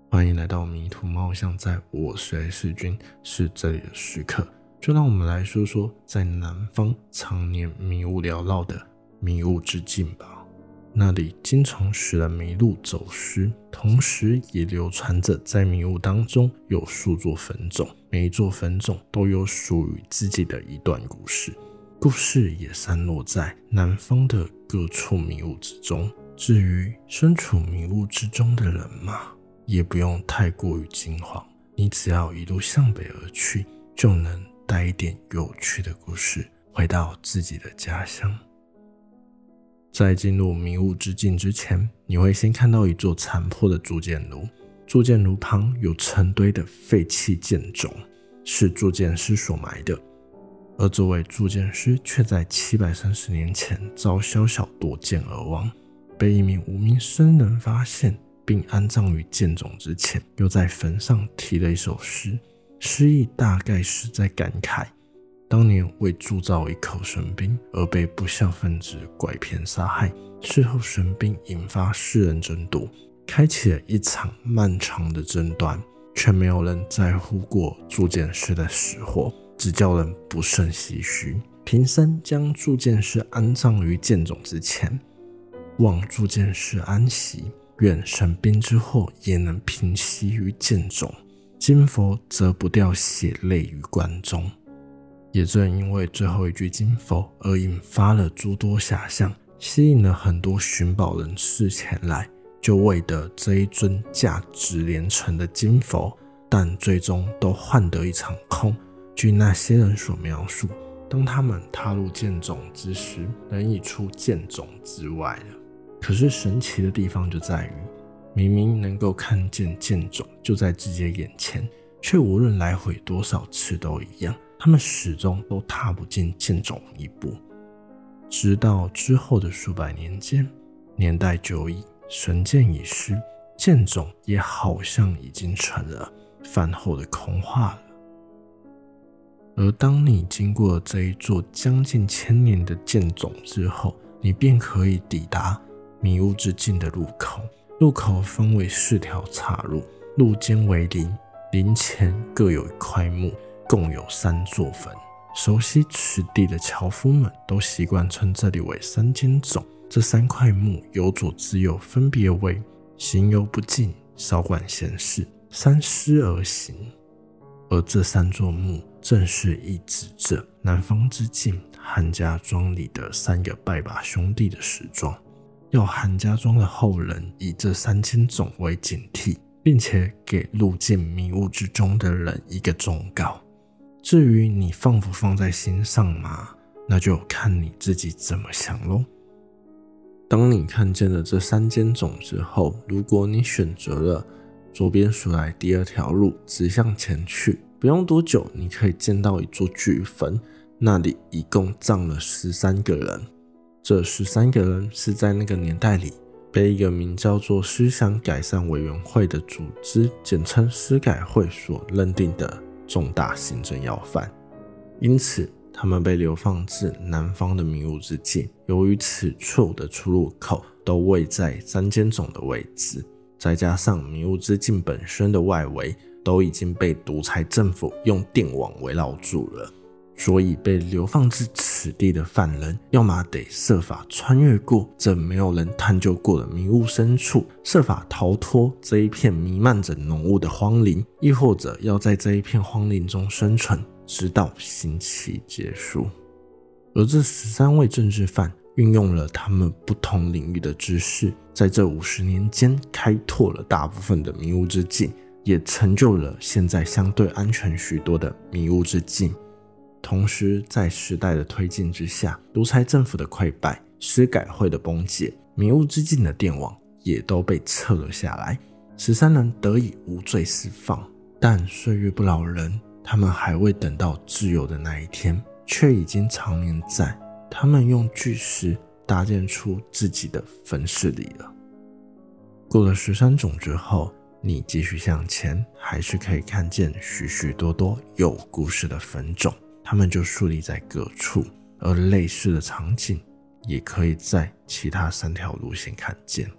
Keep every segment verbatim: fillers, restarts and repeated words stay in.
欢迎来到迷途猫巷，在我是 S 君，是这里的时刻。就让我们来说说在南方常年迷雾缭绕的迷雾之境吧。那里经常使人迷路走失，同时也流传着在迷雾当中有数座坟冢，每一座坟冢都有属于自己的一段故事，故事也散落在南方的各处迷雾之中。至于身处迷雾之中的人嘛，也不用太过于惊慌，你只要一路向北而去，就能带一点有趣的故事回到自己的家乡。在进入迷雾之境之前，你会先看到一座残破的铸剑炉，铸剑炉旁有成堆的废弃剑冢，是铸剑师所埋的。而这位铸剑师却在七百三十年前遭宵小夺剑而亡，被一名无名僧人发现并安葬于剑冢之前，又在坟上题了一首诗，诗意大概是在感慨当年为铸造一口神兵而被不孝分子拐骗杀害，事后神兵引发世人争夺，开启了一场漫长的争端，却没有人在乎过铸剑师的死活，只叫人不胜唏嘘。贫僧将铸剑师安葬于剑冢之前，望铸剑师安息，愿神兵之祸也能平息于剑冢，金佛则不掉血泪于关中。也正因为最后一句金佛而引发了诸多遐想，吸引了很多寻宝人士前来，就为得这一尊价值连城的金佛，但最终都换得一场空。据那些人所描述，当他们踏入剑冢之时，人已出剑冢之外了。可是神奇的地方就在于，明明能够看见剑冢就在自己的眼前，却无论来回多少次都一样，他们始终都踏不进剑冢一步。直到之后的数百年间，年代久矣，神剑已失，剑冢也好像已经成了饭后的空话了。而当你经过这一座将近千年的剑冢之后，你便可以抵达迷雾之境的入口。入口分为四条岔路，路间为陵，陵前各有一块墓，共有三座坟。熟悉此地的樵夫们都习惯称这里为三间冢。这三块墓由左至右分别为行犹不尽，少管闲事，三思而行。而这三座墓正是意指着南方之境韩家庄里的三个拜把兄弟的石状，要韩家庄的后人以这三间冢为警惕，并且给入进迷雾之中的人一个忠告。至于你放不放在心上嘛，那就看你自己怎么想咯。当你看见了这三间冢之后，如果你选择了左边数来第二条路直向前去，不用多久你可以见到一座巨坟，那里一共葬了十三个人。这十三个人是在那个年代里被一个名叫做思想改善委员会的组织，简称思改会所认定的重大行政要犯，因此他们被流放至南方的迷雾之境。由于此处的出入口都位在三间冢的位置，再加上迷雾之境本身的外围都已经被独裁政府用电网围绕住了，所以被流放至此地的犯人，要么得设法穿越过这没有人探究过的迷雾深处，设法逃脱这一片弥漫着浓雾的荒林，亦或者要在这一片荒林中生存，直到刑期结束。而这十三位政治犯运用了他们不同领域的知识，在这五十年间开拓了大部分的迷雾之境，也成就了现在相对安全许多的迷雾之境。同时在时代的推进之下，独裁政府的溃败，司改会的崩解，迷雾之境的电网也都被撤了下来，十三人得以无罪释放。但岁月不饶人，他们还未等到自由的那一天，却已经长眠在他们用巨石搭建出自己的坟室里了。过了十三种之后，你继续向前，还是可以看见许许多多有故事的坟冢，它们就树立在各处，而类似的场景也可以在其他三条路线看见。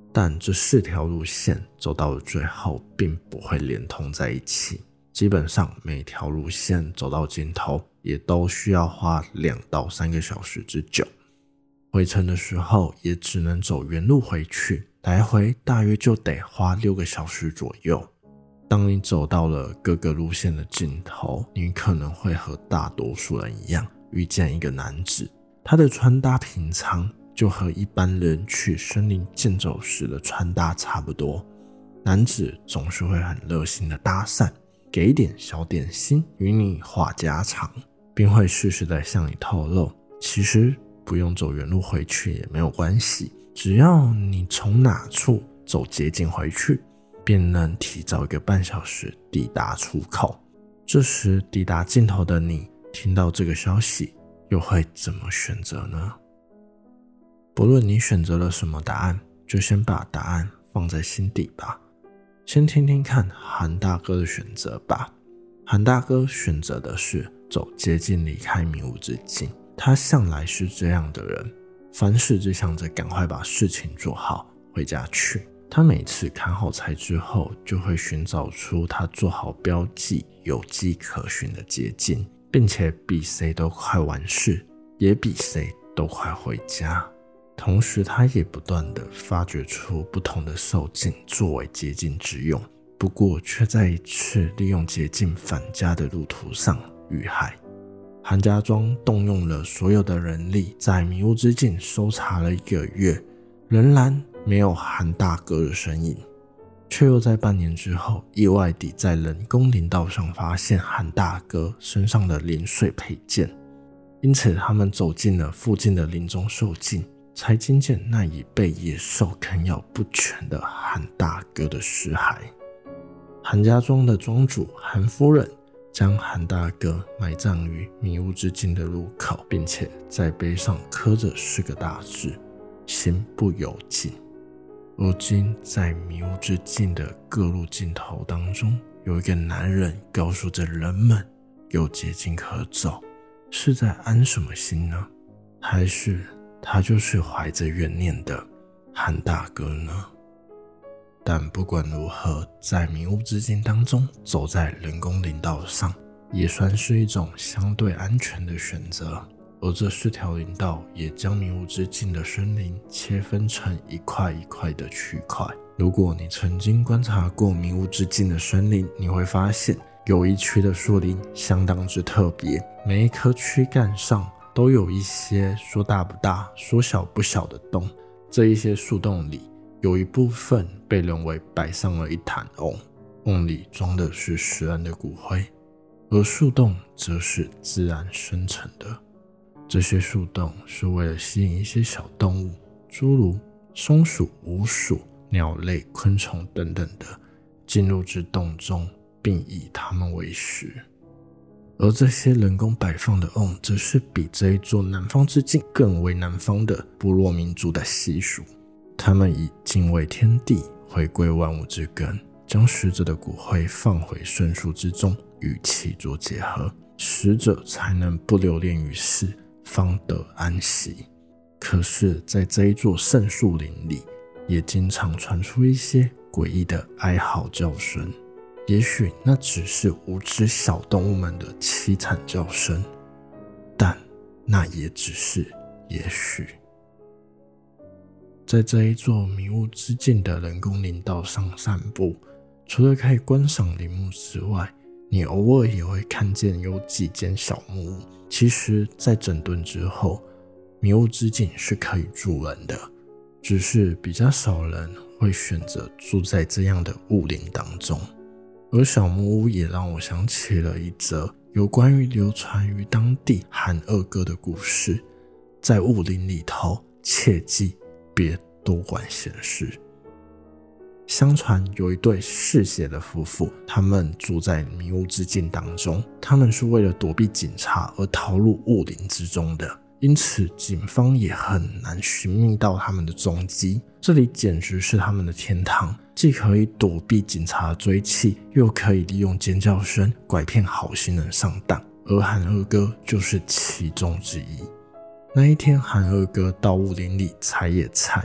但这四条路线走到了最后并不会连通在一起，基本上每条路线走到尽头也都需要花两到三个小时之久。回程的时候也只能走原路回去，来回大约就得花六个小时左右。当你走到了各个路线的尽头，你可能会和大多数人一样遇见一个男子，他的穿搭平常就和一般人去森林健走时的穿搭差不多。男子总是会很热心的搭讪，给一点小点心，与你话家常，并会适时的向你透露，其实不用走原路回去也没有关系，只要你从哪处走捷径回去，便能提早一个半小时抵达出口。这时抵达尽头的你听到这个消息又会怎么选择呢？不论你选择了什么答案，就先把答案放在心底吧。先听听看韩大哥的选择吧。韩大哥选择的是走捷径离开迷雾之境。他向来是这样的人，凡事只想着赶快把事情做好，回家去。他每次砍好柴之后，就会寻找出他做好标记、有迹可循的捷径，并且比谁都快完事，也比谁都快回家。同时，他也不断地发掘出不同的兽径作为捷径之用，不过却在一次利用捷径返家的路途上遇害。韩家庄动用了所有的人力，在迷雾之境搜查了一个月，仍然没有韩大哥的身影，却又在半年之后意外地在人工林道上发现韩大哥身上的零碎配件。因此他们走进了附近的林中兽径，才惊见那已被野兽啃咬不全的韩大哥的尸骸。韩家庄的庄主韩夫人将韩大哥埋葬于迷雾之境的入口，并且在碑上刻着四个大字：行不由径。如今在迷雾之境的各路尽头当中，有一个男人告诉着人们有捷径可走，是在安什么心呢？还是他就是怀着怨念的韩大哥呢？但不管如何，在迷雾之境当中走在人工林道上也算是一种相对安全的选择。而这四条林道也将迷雾之境的森林切分成一块一块的区块。如果你曾经观察过迷雾之境的森林，你会发现有一区的树林相当之特别，每一棵躯干上都有一些说大不大说小不小的洞。这一些树洞里有一部分被认为摆上了一坛瓮，瓮里装的是死人的骨灰，而树洞则是自然生成的。这些树洞是为了吸引一些小动物，诸如松鼠、鼯鼠、鸟类、昆虫等等的进入至洞中，并以它们为食。而这些人工摆放的瓮，则是比这一座南方之境更为南方的部落民族的习俗。他们以敬畏天地、回归万物之根，将死者的骨灰放回圣树之中，与其做结合，死者才能不留恋于世，方得安息。可是在这一座圣树林里，也经常传出一些诡异的哀嚎叫声，也许那只是无知小动物们的凄惨叫声，但那也只是也许。在这一座迷雾之境的人工林道上散步，除了可以观赏林木之外，你偶尔也会看见有几间小木屋。其实在整顿之后，迷雾之境是可以住人的，只是比较少人会选择住在这样的雾林当中。而小木屋也让我想起了一则有关于流传于当地韩二哥的故事。在雾林里头，切记别多管闲事。相传有一对嗜血的夫妇，他们住在迷雾之境当中，他们是为了躲避警察而逃入雾林之中的，因此警方也很难寻觅到他们的踪迹。这里简直是他们的天堂，既可以躲避警察的追击，又可以利用尖叫声拐骗好心人上当，而韩二哥就是其中之一。那一天，韩二哥到雾林里采野菜，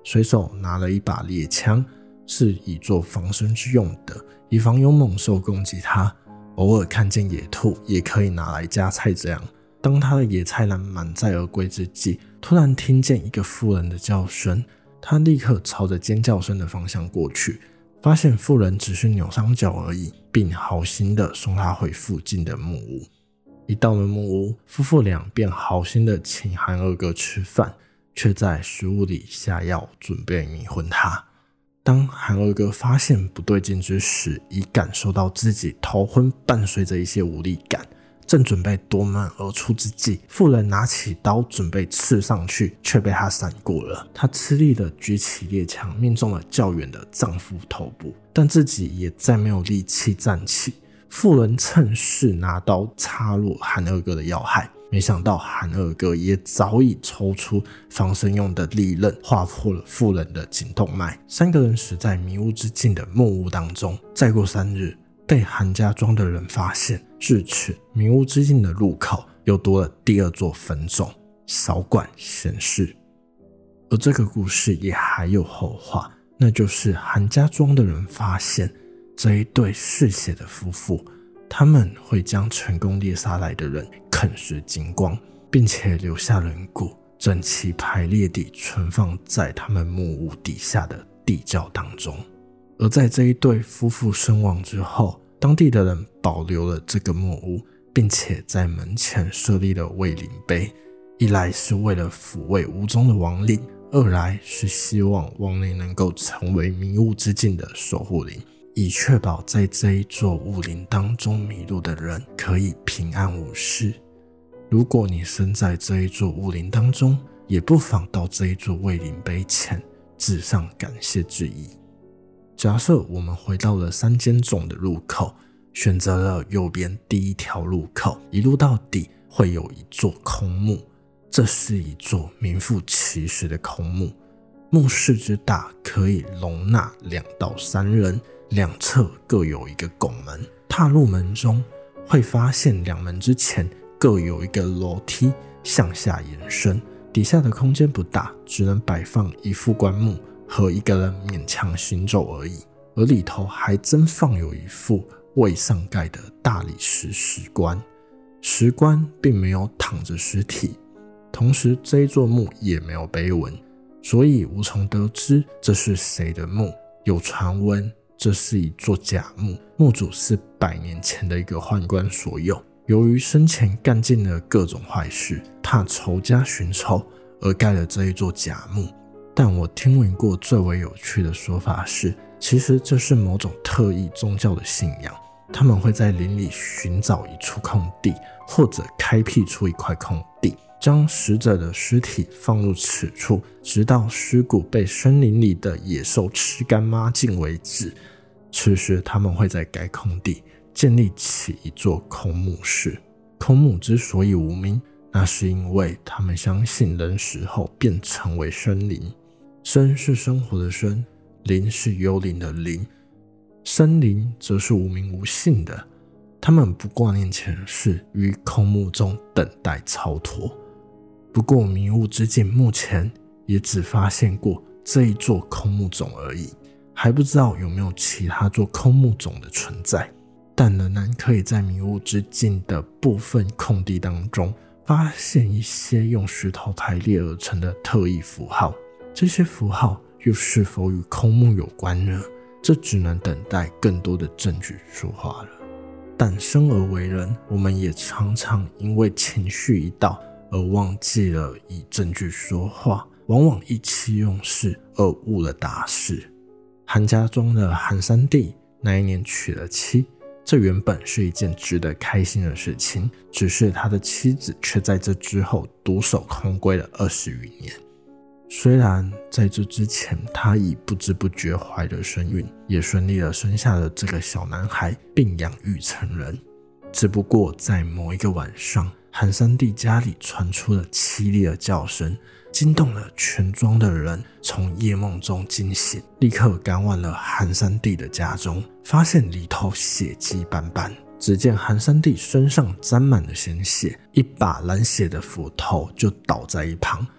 随手拿了一把猎枪，是以做防身之用的，以防有猛兽攻击他。偶尔看见野兔也可以拿来夹菜这样。当他的野菜篮满载而归之际，突然听见一个妇人的叫声，他立刻朝着尖叫声的方向过去，发现妇人只是扭伤脚而已，并好心的送他回附近的木屋。一到了木屋，夫妇俩便好心的请韩二哥吃饭，却在食物里下药，准备迷昏他。当韩二哥发现不对劲之时，已感受到自己头昏，伴随着一些无力感，正准备夺门而出之际，妇人拿起刀准备刺上去，却被他闪过了。他吃力的举起猎枪，命中了较远的丈夫头部，但自己也再没有力气站起。妇人趁势拿刀插入韩二哥的要害，没想到韩二哥也早已抽出防身用的利刃，划破了妇人的颈动脉。三个人死在迷雾之境的木屋当中。再过三日，被韩家庄的人发现，至此迷雾之境的入口又多了第二座坟冢——少管闲事。而这个故事也还有后话，那就是韩家庄的人发现这一对嗜血的夫妇，他们会将成功猎杀来的人啃食精光，并且留下人骨，整齐排列地存放在他们木屋底下的地窖当中。而在这一对夫妇身亡之后，当地的人保留了这个木屋，并且在门前设立了慰灵碑，一来是为了抚慰屋中的亡灵，二来是希望亡灵能够成为迷雾之境的守护灵，以确保在这一座雾林当中迷路的人可以平安无事。如果你身在这一座雾林当中，也不妨到这一座慰灵碑前致上感谢之意。假设我们回到了三间冢的入口，选择了右边第一条入口，一路到底会有一座空墓。这是一座名副其实的空墓，墓室之大可以容纳两到三人，两侧各有一个拱门。踏入门中，会发现两门之前各有一个楼梯向下延伸，底下的空间不大，只能摆放一副棺木和一个人勉强行走而已。而里头还真放有一副未上盖的大理石石棺，石棺并没有躺着尸体，同时这一座墓也没有碑文，所以无从得知这是谁的墓。有传闻这是一座假墓，墓主是百年前的一个宦官所有，由于生前干尽了各种坏事，怕仇家寻仇而盖了这一座假墓。但我听闻过最为有趣的说法是，其实这是某种特异宗教的信仰，他们会在林里寻找一处空地，或者开辟出一块空地，将死者的尸体放入此处，直到尸骨被森林里的野兽吃干抹净为止。此时他们会在该空地建立起一座空墓室。空墓之所以无名，那是因为他们相信人死后便成为生灵。生是生活的生，灵是幽灵的灵，生灵则是无名无姓的，他们不挂念前世，于空墓中等待超脱。不过迷雾之境目前也只发现过这一座空墓冢而已，还不知道有没有其他座空墓冢的存在，但仍然可以在迷雾之境的部分空地当中发现一些用石头排列而成的特异符号。这些符号又是否与空墓有关呢？这只能等待更多的证据说话了。但生而为人，我们也常常因为情绪一到而忘记了以证据说话，往往意气用事而误了大事。韩家庄的韩三弟那一年娶了妻，这原本是一件值得开心的事情，只是他的妻子却在这之后独守空闺了二十余年。虽然在这之前他已不知不觉怀了身孕，也顺利的生下了这个小男孩，并养育成人。只不过在某一个晚上，韩三弟家里传出了凄厉的叫声，惊动了全庄的人，从夜梦中惊醒，立刻赶往了韩三弟的家中，发现里头血迹斑斑。只见韩三弟身上沾满了鲜血，一把染血的斧头就倒在一旁，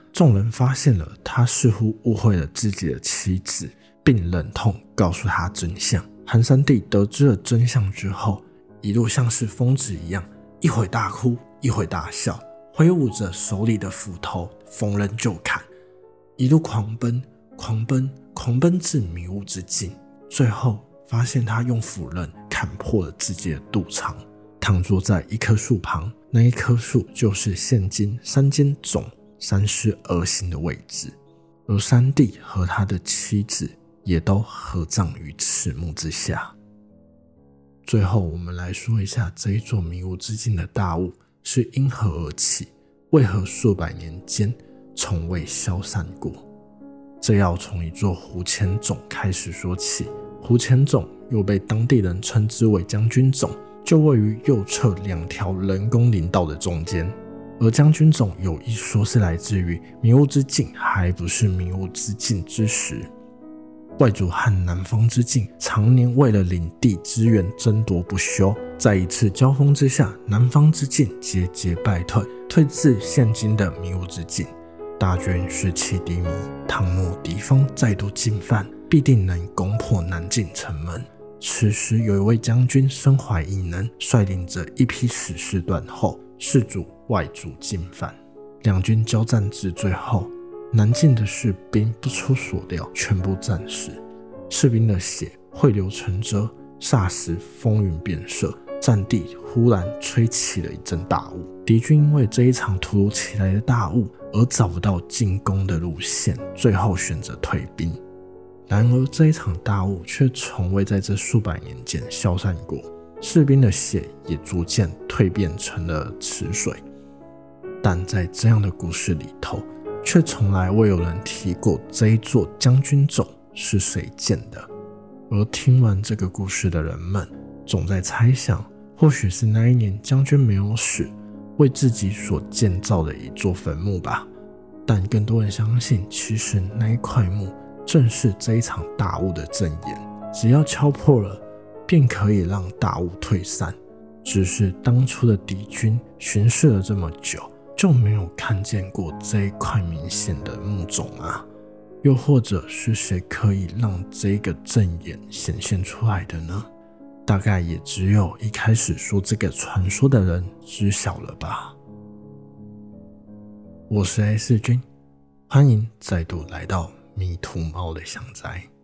众人发现了他似乎误会了自己的妻子，并忍痛告诉他真相。韩三弟得知了真相之后，一路像是疯子一样，一会大哭，一会大笑，挥舞着手里的斧头，逢人就砍，一路狂奔，狂奔，狂奔至迷雾之境。最后发现他用斧刃砍破了自己的肚肠，躺坐在一棵树旁，那一棵树就是现今山间总三尸而行的位置，而三弟和他的妻子也都合葬于此墓之下。最后我们来说一下这一座迷雾之境的大雾是因何而起，为何数百年间从未消散过。这要从一座湖前冢开始说起。湖前冢又被当地人称之为将军冢，就位于右侧两条人工林道的中间。而将军冢有一说是来自于迷雾之境还不是迷雾之境之时，外族和南方之境常年为了领地资源争夺不休，在一次交锋之下，南方之境节节败退，退至现今的迷雾之境。大军士气低迷，倘若敌方再度进犯，必定能攻破南境城门。此时有一位将军身怀异能，率领着一批死士断后，士卒外族进犯。两军交战至最后，南境的士兵不出所料全部战死，士兵的血汇流成河，霎时风云变色，战地忽然吹起了一阵大雾。敌军因为这一场突如其来的大雾而找不到进攻的路线，最后选择退兵。然而这一场大雾却从未在这数百年间消散过，士兵的血也逐渐蜕变成了池水。但在这样的故事里头，却从来未有人提过这一座将军冢是谁建的。而听完这个故事的人们总在猜想，或许是那一年将军没有死，为自己所建造的一座坟墓吧。但更多人相信，其实那一块墓正是这一场大雾的阵眼，只要敲破了，便可以让大雾退散。只是当初的敌军巡视了这么久，就没有看见过这一块明显的墓冢啊。又或者是谁可以让这个阵眼显现出来的呢？大概也只有一开始说这个传说的人知晓了吧。我是 S 君，欢迎再度来到迷途猫的详宅。